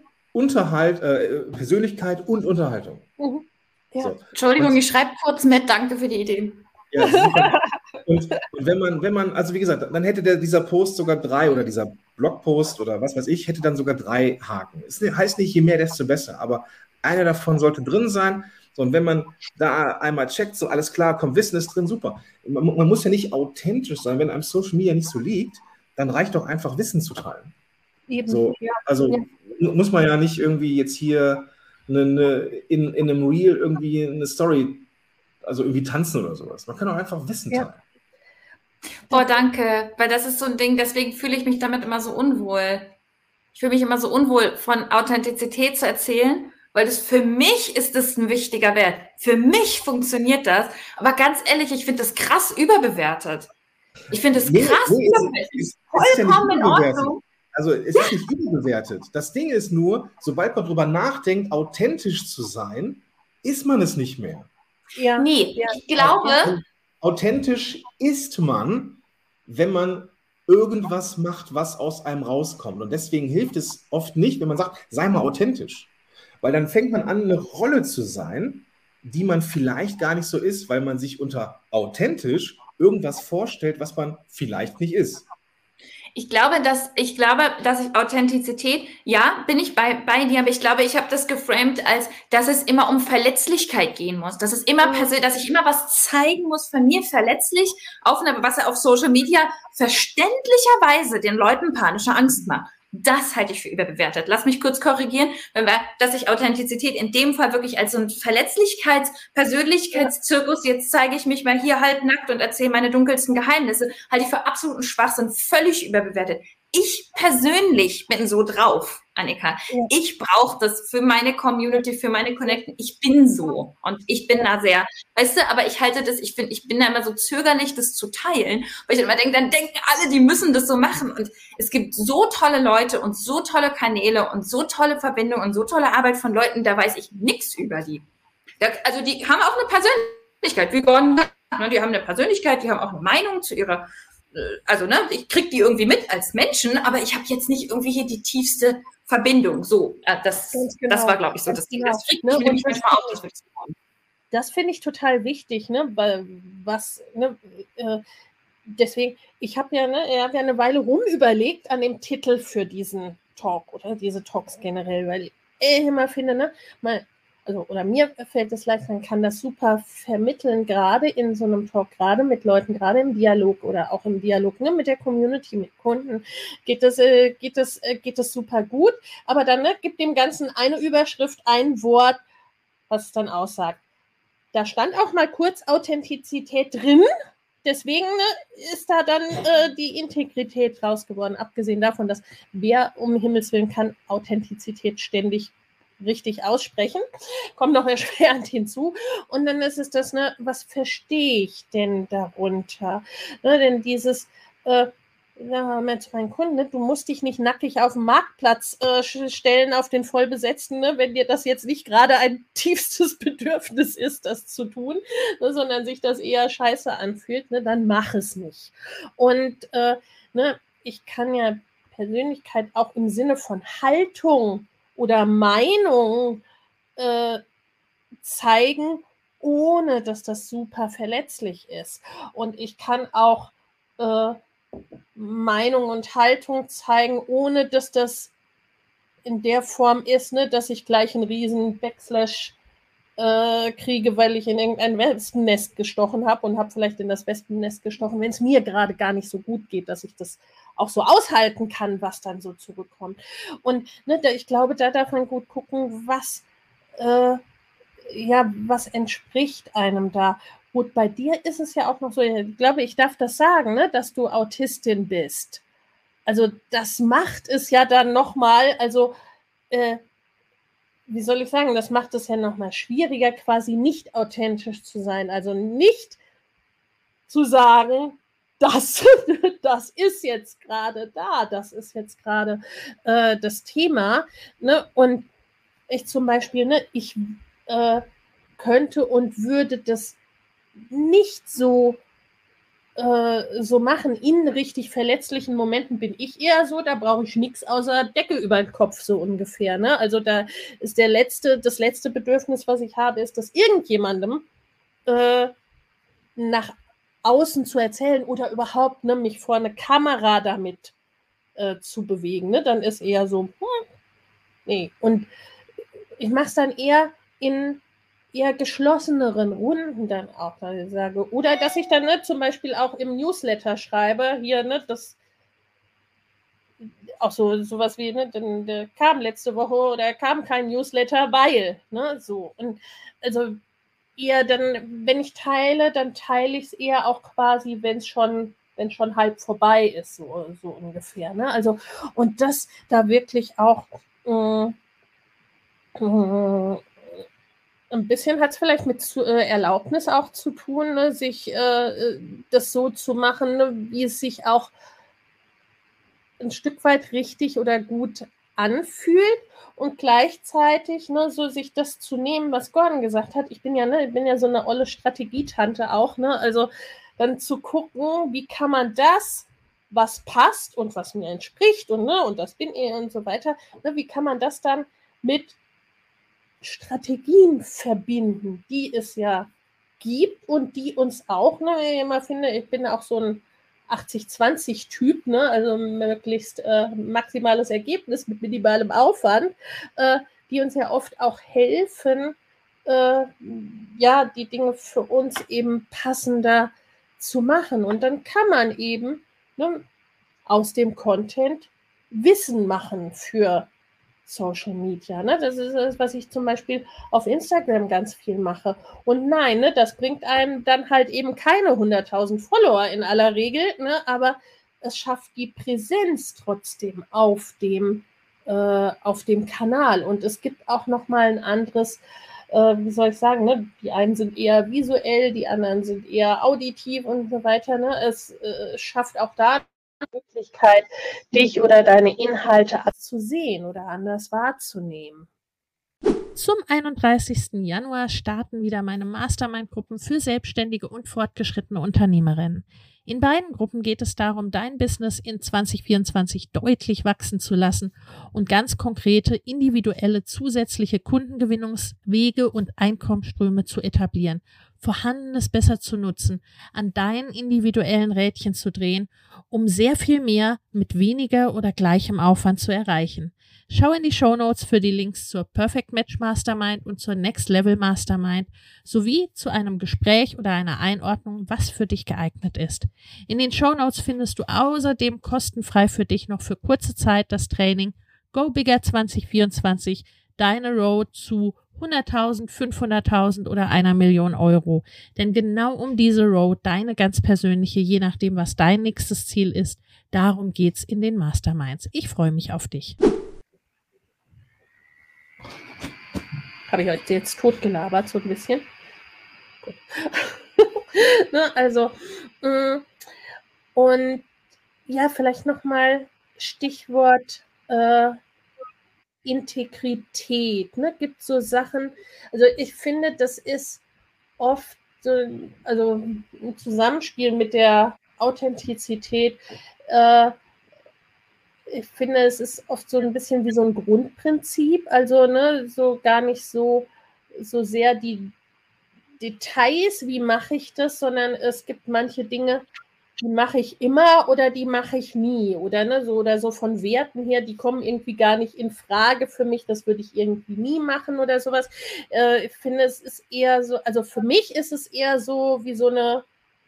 Persönlichkeit und Unterhaltung. Ja. So. Entschuldigung, ich schreibe kurz mit, danke für die Idee. Ja, super. Und wenn man, also wie gesagt, dann hätte dieser Post sogar 3 oder dieser Blogpost oder was weiß ich, hätte dann sogar 3 Haken. Es heißt nicht, je mehr, desto besser, aber einer davon sollte drin sein. So, und wenn man da einmal checkt, so alles klar, komm, Wissen ist drin, super. Man muss ja nicht authentisch sein, wenn einem Social Media nicht so liegt, dann reicht doch einfach Wissen zu teilen. Eben. So, also muss man ja nicht irgendwie jetzt hier in einem Reel irgendwie eine Story, also irgendwie tanzen oder sowas. Man kann auch einfach Wissen teilen. Boah, danke, weil das ist so ein Ding, deswegen fühle ich mich damit immer so unwohl. Ich fühle mich immer so unwohl, von Authentizität zu erzählen, weil das für mich ist das ein wichtiger Wert. Für mich funktioniert das, aber ganz ehrlich, ich finde das krass überbewertet. Ich finde das krass überbewertet. Vollkommen in Ordnung. Also es ist nicht überbewertet. Das Ding ist nur, sobald man darüber nachdenkt, authentisch zu sein, ist man es nicht mehr. Ja. Nee, ich glaube... Authentisch ist man, wenn man irgendwas macht, was aus einem rauskommt. Und deswegen hilft es oft nicht, wenn man sagt, sei mal authentisch. Weil dann fängt man an, eine Rolle zu sein, die man vielleicht gar nicht so ist, weil man sich unter authentisch irgendwas vorstellt, was man vielleicht nicht ist. Ich glaube, dass ich Authentizität, ja, bin ich bei dir, aber ich glaube, ich habe das geframed als, dass es immer um Verletzlichkeit gehen muss, dass es immer dass ich immer was zeigen muss von mir verletzlich was auf Social Media verständlicherweise den Leuten panische Angst macht. Das halte ich für überbewertet. Lass mich kurz korrigieren, dass ich Authentizität in dem Fall wirklich als so ein Persönlichkeitszirkus, jetzt zeige ich mich mal hier halb nackt und erzähle meine dunkelsten Geheimnisse, halte ich für absoluten Schwachsinn, völlig überbewertet. Ich persönlich bin so drauf, Annika. Ja. Ich brauche das für meine Community, für meine Connecten. Ich bin so und ich bin da sehr, weißt du, aber ich halte das, ich bin da immer so zögerlich, das zu teilen, weil ich immer denke, dann denken alle, die müssen das so machen und es gibt so tolle Leute und so tolle Kanäle und so tolle Verbindungen und so tolle Arbeit von Leuten, da weiß ich nichts über die. Also die haben auch eine Persönlichkeit, wie Gordon, die haben eine Persönlichkeit, die haben auch eine Meinung zu ihrer, also ich kriege die irgendwie mit als Menschen, aber ich habe jetzt nicht irgendwie hier die tiefste Verbindung. So, das war, glaube ich, so das Ding. Das kriegt mich nämlich manchmal auch nicht. Das finde ich total wichtig, ne? Deswegen, ich habe ja eine Weile rumüberlegt an dem Titel für diesen Talk oder diese Talks generell, weil ich immer finde, mir fällt es leicht, man kann das super vermitteln, gerade in so einem Talk, gerade mit Leuten, gerade im Dialog oder auch im Dialog mit der Community, mit Kunden, geht das super gut. Aber dann gibt dem Ganzen eine Überschrift, ein Wort, was es dann aussagt. Da stand auch mal kurz Authentizität drin. Deswegen ist da dann die Integrität raus geworden. Abgesehen davon, dass wer um Himmels Willen kann Authentizität ständig richtig aussprechen, kommt noch erschwerend hinzu. Und dann ist es das, ne, was verstehe ich denn darunter? Ne, denn dieses, sagen wir zu meinen Kunden, ne, du musst dich nicht nackig auf den Marktplatz stellen, auf den vollbesetzten, ne, wenn dir das jetzt nicht gerade ein tiefstes Bedürfnis ist, das zu tun, ne, sondern sich das eher scheiße anfühlt, ne, dann mach es nicht. Und ne, ich kann ja Persönlichkeit auch im Sinne von Haltung oder Meinung zeigen, ohne dass das super verletzlich ist. Und ich kann auch Meinung und Haltung zeigen, ohne dass das in der Form ist, ne, dass ich gleich einen riesen Backslash kriege, weil ich in irgendein Wespennest gestochen habe und habe vielleicht in das Wespennest gestochen, wenn es mir gerade gar nicht so gut geht, dass ich das auch so aushalten kann, was dann so zurückkommt. Und ne, ich glaube, da darf man gut gucken, was entspricht einem da. Gut, bei dir ist es ja auch noch so, ich glaube, ich darf das sagen, ne, dass du Autistin bist. Also das macht es ja dann nochmal, also wie soll ich sagen, das macht es ja nochmal schwieriger, quasi nicht authentisch zu sein. Also nicht zu sagen, das ist jetzt gerade da, das ist jetzt gerade das Thema. Ne? Und ich zum Beispiel, ne, ich könnte und würde das nicht so machen. In richtig verletzlichen Momenten bin ich eher so, da brauche ich nichts außer Decke über den Kopf, so ungefähr. Ne? Also da ist das letzte Bedürfnis, was ich habe, ist, dass irgendjemandem nach außen zu erzählen oder überhaupt, ne, mich vor eine Kamera damit zu bewegen. Ne? Dann ist eher so, nee. Und ich mache es dann eher in eher geschlosseneren Runden dann auch, dass ich sage. Oder dass ich dann, ne, zum Beispiel auch im Newsletter schreibe, hier, ne, das auch sowas wie, ne, der kam letzte Woche oder kam kein Newsletter, weil, ne, so. Und also eher dann, wenn ich teile, dann teile ich es eher auch quasi, wenn schon halb vorbei ist, so ungefähr, ne, also, und das da wirklich auch ein bisschen hat es vielleicht mit Erlaubnis auch zu tun, ne, sich das so zu machen, ne, wie es sich auch ein Stück weit richtig oder gut anfühlt und gleichzeitig, ne, so sich das zu nehmen, was Gordon gesagt hat. Ich bin ja so eine olle Strategietante auch, ne, also dann zu gucken, wie kann man das, was passt und was mir entspricht und das bin ich und so weiter, ne, wie kann man das dann mit Strategien verbinden, die es ja gibt und die uns auch, ne, ich immer finde, ich bin auch so ein 80-20-Typ, ne, also möglichst maximales Ergebnis mit minimalem Aufwand, die uns ja oft auch helfen, die Dinge für uns eben passender zu machen. Und dann kann man eben, ne, aus dem Content Wissen machen für Social Media, ne? Das ist das, was ich zum Beispiel auf Instagram ganz viel mache. Und nein, ne, das bringt einem dann halt eben keine 100.000 Follower in aller Regel, ne, aber es schafft die Präsenz trotzdem auf dem Kanal. Und es gibt auch nochmal ein anderes, wie soll ich sagen, ne? Die einen sind eher visuell, die anderen sind eher auditiv und so weiter. Ne? Es schafft auch da Möglichkeit, dich oder deine Inhalte zu sehen oder anders wahrzunehmen. Zum 31. Januar starten wieder meine Mastermind-Gruppen für selbstständige und fortgeschrittene Unternehmerinnen. In beiden Gruppen geht es darum, dein Business in 2024 deutlich wachsen zu lassen und ganz konkrete, individuelle, zusätzliche Kundengewinnungswege und Einkommensströme zu etablieren, Vorhandenes besser zu nutzen, an deinen individuellen Rädchen zu drehen, um sehr viel mehr mit weniger oder gleichem Aufwand zu erreichen. Schau in die Shownotes für die Links zur Perfect Match Mastermind und zur Next Level Mastermind sowie zu einem Gespräch oder einer Einordnung, was für dich geeignet ist. In den Shownotes findest du außerdem kostenfrei für dich noch für kurze Zeit das Training Go Bigger 2024, deine Road zu 100.000, 500.000 oder 1.000.000 Euro. Denn genau um diese Road, deine ganz persönliche, je nachdem, was dein nächstes Ziel ist, darum geht's in den Masterminds. Ich freue mich auf dich. Habe ich euch jetzt totgelabert, so ein bisschen? Gut. Ne, also, und ja, vielleicht nochmal Stichwort Integrität. Ne? Gibt so Sachen, also ich finde, das ist oft also im Zusammenspiel mit der Authentizität. Ich finde, es ist oft so ein bisschen wie so ein Grundprinzip, also ne, so gar nicht so sehr die Details, wie mache ich das, sondern es gibt manche Dinge, die mache ich immer oder die mache ich nie oder ne, so von Werten her, die kommen irgendwie gar nicht in Frage für mich, das würde ich irgendwie nie machen oder sowas. Ich finde, es ist eher so, also für mich ist es eher so wie so eine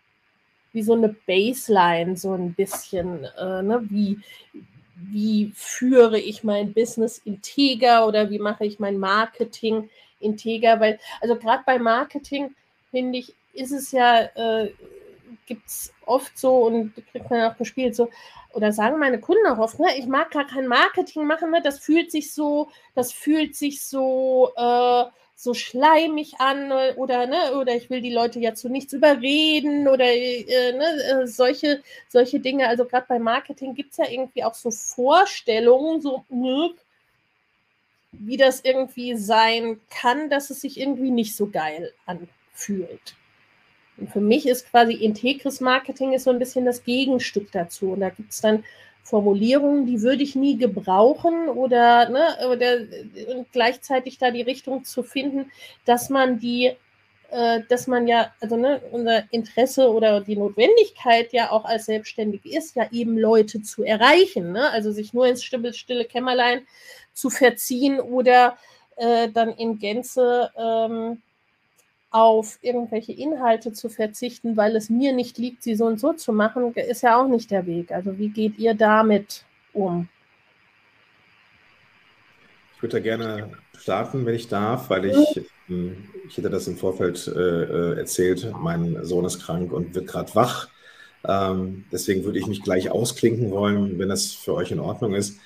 Baseline, so ein bisschen, ne, wie führe ich mein Business integer oder wie mache ich mein Marketing integer, weil, also gerade bei Marketing, finde ich, ist es ja, gibt es oft so und kriegt man auch gespielt, so, oder sagen meine Kunden auch oft, ne, ich mag gar kein Marketing machen, ne, das fühlt sich so schleimig an oder ich will die Leute ja zu nichts überreden oder solche Dinge. Also gerade bei Marketing gibt es ja irgendwie auch so Vorstellungen, so wie das irgendwie sein kann, dass es sich irgendwie nicht so geil anfühlt. Und für mich ist quasi integres Marketing ist so ein bisschen das Gegenstück dazu. Und da gibt es dann Formulierungen, die würde ich nie gebrauchen oder und gleichzeitig da die Richtung zu finden, dass man ja, also ne, unser Interesse oder die Notwendigkeit ja auch als Selbstständige ist, ja eben Leute zu erreichen, ne? Also sich nur ins stille Kämmerlein zu verziehen oder dann in Gänze auf irgendwelche Inhalte zu verzichten, weil es mir nicht liegt, sie so und so zu machen, ist ja auch nicht der Weg. Also wie geht ihr damit um? Ich würde da gerne starten, wenn ich darf, weil ich hätte das im Vorfeld erzählt, mein Sohn ist krank und wird gerade wach. Deswegen würde ich mich gleich ausklinken wollen, wenn das für euch in Ordnung ist.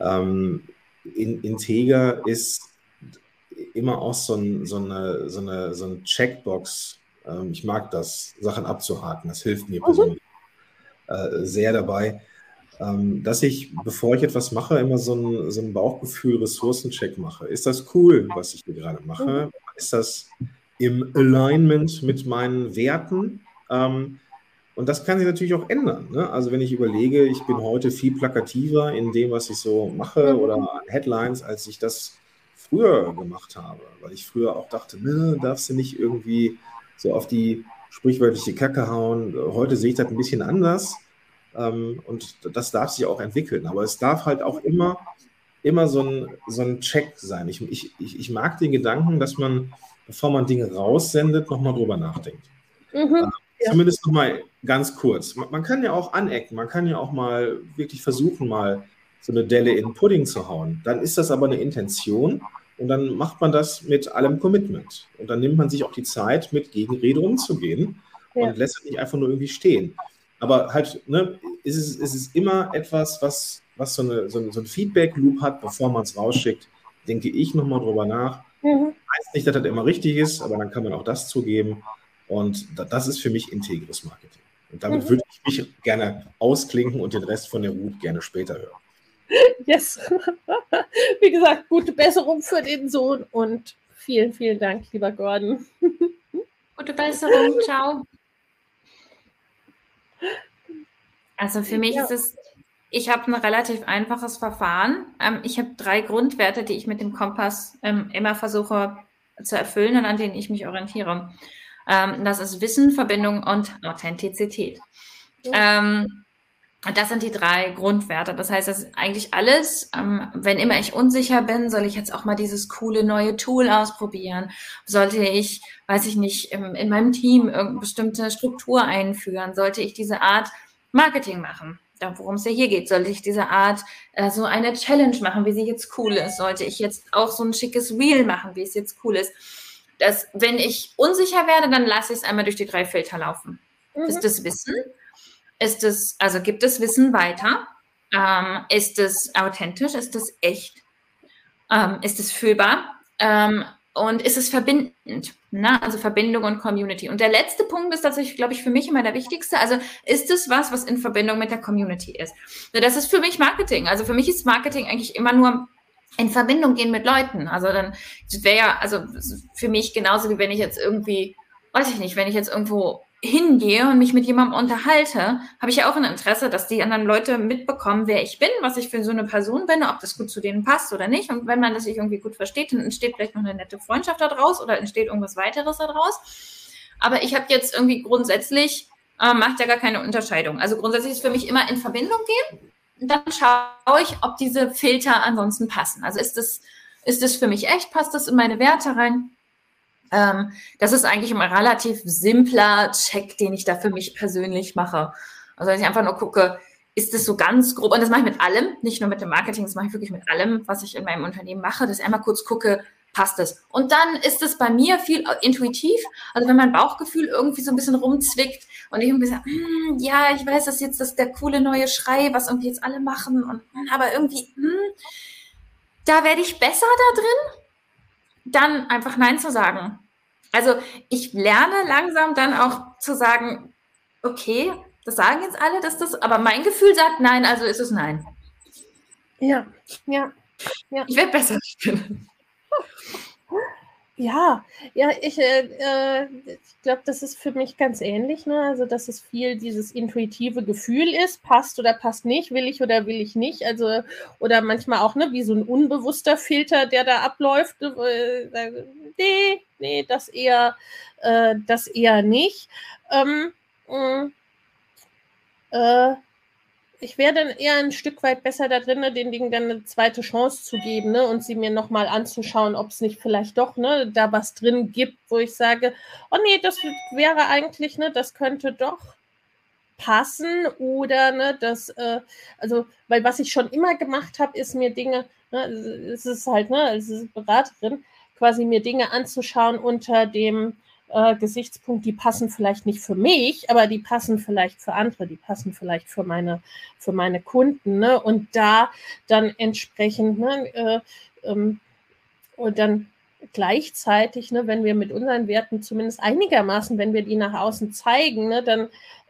Integer ist immer auch so eine Checkbox. Ich mag das, Sachen abzuhaken. Das hilft mir persönlich sehr dabei, dass ich, bevor ich etwas mache, immer so ein Bauchgefühl, Ressourcencheck mache. Ist das cool, was ich hier gerade mache? Ist das im Alignment mit meinen Werten? Und das kann sich natürlich auch ändern. Ne? Also wenn ich überlege, ich bin heute viel plakativer in dem, was ich so mache oder an Headlines, als ich das früher gemacht habe, weil ich früher auch dachte, ne, darfst du nicht irgendwie so auf die sprichwörtliche Kacke hauen. Heute sehe ich das ein bisschen anders und das darf sich auch entwickeln. Aber es darf halt auch immer so ein Check sein. Ich mag den Gedanken, dass man, bevor man Dinge raussendet, nochmal drüber nachdenkt. Zumindest nochmal ganz kurz. Man kann ja auch anecken, man kann ja auch mal wirklich versuchen, mal so eine Delle in den Pudding zu hauen. Dann ist das aber eine Intention und dann macht man das mit allem Commitment. Und dann nimmt man sich auch die Zeit, mit Gegenrede umzugehen und lässt es nicht einfach nur irgendwie stehen. Aber halt, ne, ist es immer etwas, was so ein Feedback-Loop hat, bevor man es rausschickt, denke ich nochmal drüber nach. Ich weiß nicht, dass das immer richtig ist, aber dann kann man auch das zugeben. Und das ist für mich integres Marketing. Und damit würde ich mich gerne ausklinken und den Rest von der Route gerne später hören. Yes. Wie gesagt, gute Besserung für den Sohn und vielen, vielen Dank, lieber Gordon. Gute Besserung, ciao. Also für mich ist es, ich habe ein relativ einfaches Verfahren. Ich habe 3 Grundwerte, die ich mit dem Kompass immer versuche zu erfüllen und an denen ich mich orientiere. Das ist Wissen, Verbindung und Authentizität. Das sind die 3 Grundwerte. Das heißt, das ist eigentlich alles. Wenn immer ich unsicher bin, soll ich jetzt auch mal dieses coole neue Tool ausprobieren? Sollte ich, weiß ich nicht, in meinem Team irgendeine bestimmte Struktur einführen? Sollte ich diese Art Marketing machen? worum es ja hier geht. Sollte ich diese Art so eine Challenge machen, wie sie jetzt cool ist? Sollte ich jetzt auch so ein schickes Reel machen, wie es jetzt cool ist? Dass, wenn ich unsicher werde, dann lasse ich es einmal durch die 3 Filter laufen. Ist das Wissen? Gibt es Wissen weiter? Ist es authentisch? Ist es echt? Ist es fühlbar? Und ist es verbindend? Ne? Also Verbindung und Community. Und der letzte Punkt ist tatsächlich, glaube ich, für mich immer der wichtigste. Also ist es was in Verbindung mit der Community ist? Das ist für mich Marketing. Also für mich ist Marketing eigentlich immer nur in Verbindung gehen mit Leuten. Also dann wäre ja, also für mich genauso wie wenn ich jetzt irgendwie, weiß ich nicht, wenn ich jetzt irgendwo hingehe und mich mit jemandem unterhalte, habe ich ja auch ein Interesse, dass die anderen Leute mitbekommen, wer ich bin, was ich für so eine Person bin, ob das gut zu denen passt oder nicht. Und wenn man das sich irgendwie gut versteht, dann entsteht vielleicht noch eine nette Freundschaft daraus oder entsteht irgendwas weiteres daraus. Aber ich habe jetzt irgendwie grundsätzlich, macht ja gar keine Unterscheidung. Also grundsätzlich ist für mich immer in Verbindung gehen und dann schaue ich, ob diese Filter ansonsten passen. Also ist das für mich echt? Passt das in meine Werte rein? Das ist eigentlich ein relativ simpler Check, den ich da für mich persönlich mache. Also wenn ich einfach nur gucke, ist das so ganz grob, und das mache ich mit allem, nicht nur mit dem Marketing, das mache ich wirklich mit allem, was ich in meinem Unternehmen mache, dass ich einmal kurz gucke, passt es? Und dann ist es bei mir viel intuitiv, also wenn mein Bauchgefühl irgendwie so ein bisschen rumzwickt und ich irgendwie sage, ja, ich weiß, das ist jetzt der coole neue Schrei, was irgendwie jetzt alle machen, aber irgendwie, da werde ich besser da drin, dann einfach Nein zu sagen. Also ich lerne langsam dann auch zu sagen, okay, das sagen jetzt alle, dass das, aber mein Gefühl sagt Nein, also ist es Nein. Ja. Ich werde besser. Ja, ich glaube, das ist für mich ganz ähnlich, ne? Also, dass es viel dieses intuitive Gefühl ist, passt oder passt nicht, will ich oder will ich nicht, also, oder manchmal auch, ne, wie so ein unbewusster Filter, der da abläuft, nee, das eher nicht. Ich wäre dann eher ein Stück weit besser da drin, den Dingen dann eine zweite Chance zu geben, ne, und sie mir nochmal anzuschauen, ob es nicht vielleicht doch, ne, da was drin gibt, wo ich sage, oh nee, das wäre eigentlich, ne, das könnte doch passen oder, ne, also, weil was ich schon immer gemacht habe, ist mir Dinge, ne, es ist halt, ne, es ist Beraterin, quasi mir Dinge anzuschauen unter dem Gesichtspunkt, die passen vielleicht nicht für mich, aber die passen vielleicht für andere, die passen vielleicht für meine Kunden, ne? Und da dann entsprechend, ne, und dann gleichzeitig, ne, wenn wir mit unseren Werten zumindest einigermaßen, wenn wir die nach außen zeigen, ne, dann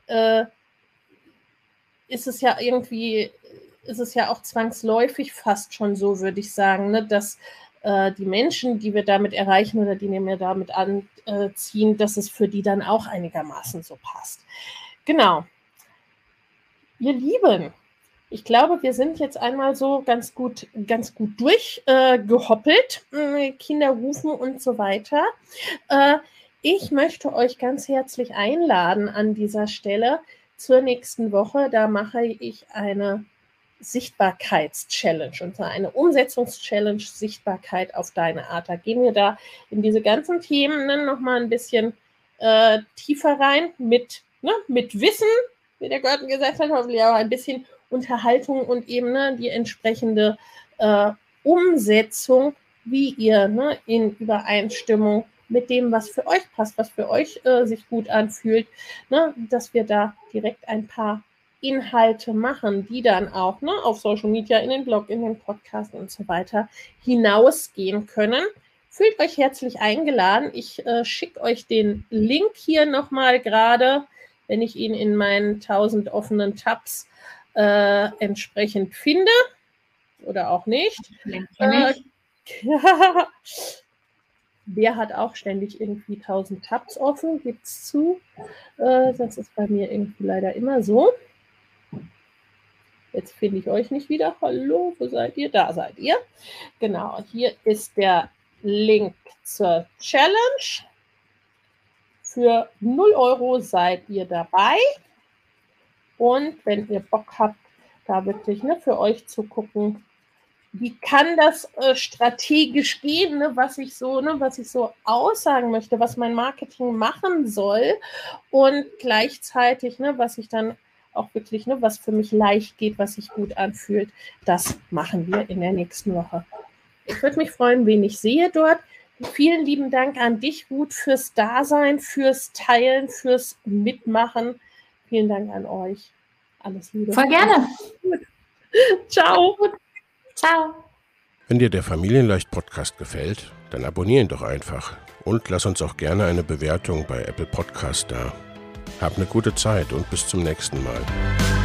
ist es ja auch zwangsläufig fast schon so, würde ich sagen, ne, dass die Menschen, die wir damit erreichen oder die wir damit anziehen, dass es für die dann auch einigermaßen so passt. Genau. Ihr Lieben, ich glaube, wir sind jetzt einmal so ganz gut durchgehoppelt, Kinder rufen und so weiter. Ich möchte euch ganz herzlich einladen an dieser Stelle zur nächsten Woche. Da mache ich eine Sichtbarkeits-Challenge und zwar eine Umsetzungs-Challenge, Sichtbarkeit auf deine Art. Da gehen wir da in diese ganzen Themen dann nochmal ein bisschen tiefer rein mit Wissen, wie der Gordon gesagt hat, hoffentlich auch ein bisschen Unterhaltung und eben, ne, die entsprechende Umsetzung, wie ihr, ne, in Übereinstimmung mit dem, was für euch passt, was für euch sich gut anfühlt, ne, dass wir da direkt ein paar Inhalte machen, die dann auch, ne, auf Social Media, in den Blog, in den Podcast und so weiter hinausgehen können. Fühlt euch herzlich eingeladen. Ich schicke euch den Link hier nochmal gerade, wenn ich ihn in meinen 1000 offenen Tabs entsprechend finde oder auch nicht. Wer hat auch ständig irgendwie 1000 Tabs offen, gibt's zu. Das ist bei mir irgendwie leider immer so. Jetzt finde ich euch nicht wieder. Hallo, wo seid ihr? Da seid ihr. Genau, hier ist der Link zur Challenge. Für 0 € seid ihr dabei. Und wenn ihr Bock habt, da wirklich, ne, für euch zu gucken, wie kann das strategisch gehen, ne, was ich so aussagen möchte, was mein Marketing machen soll und gleichzeitig, ne, was ich dann auch wirklich, ne, was für mich leicht geht, was sich gut anfühlt. Das machen wir in der nächsten Woche. Ich würde mich freuen, wen ich sehe dort. Vielen lieben Dank an dich, Ruth, fürs Dasein, fürs Teilen, fürs Mitmachen. Vielen Dank an euch. Alles Liebe. Voll gerne. Ciao. Ciao. Wenn dir der Familienleicht-Podcast gefällt, dann abonnier ihn doch einfach und lass uns auch gerne eine Bewertung bei Apple Podcast da. Hab eine gute Zeit und bis zum nächsten Mal.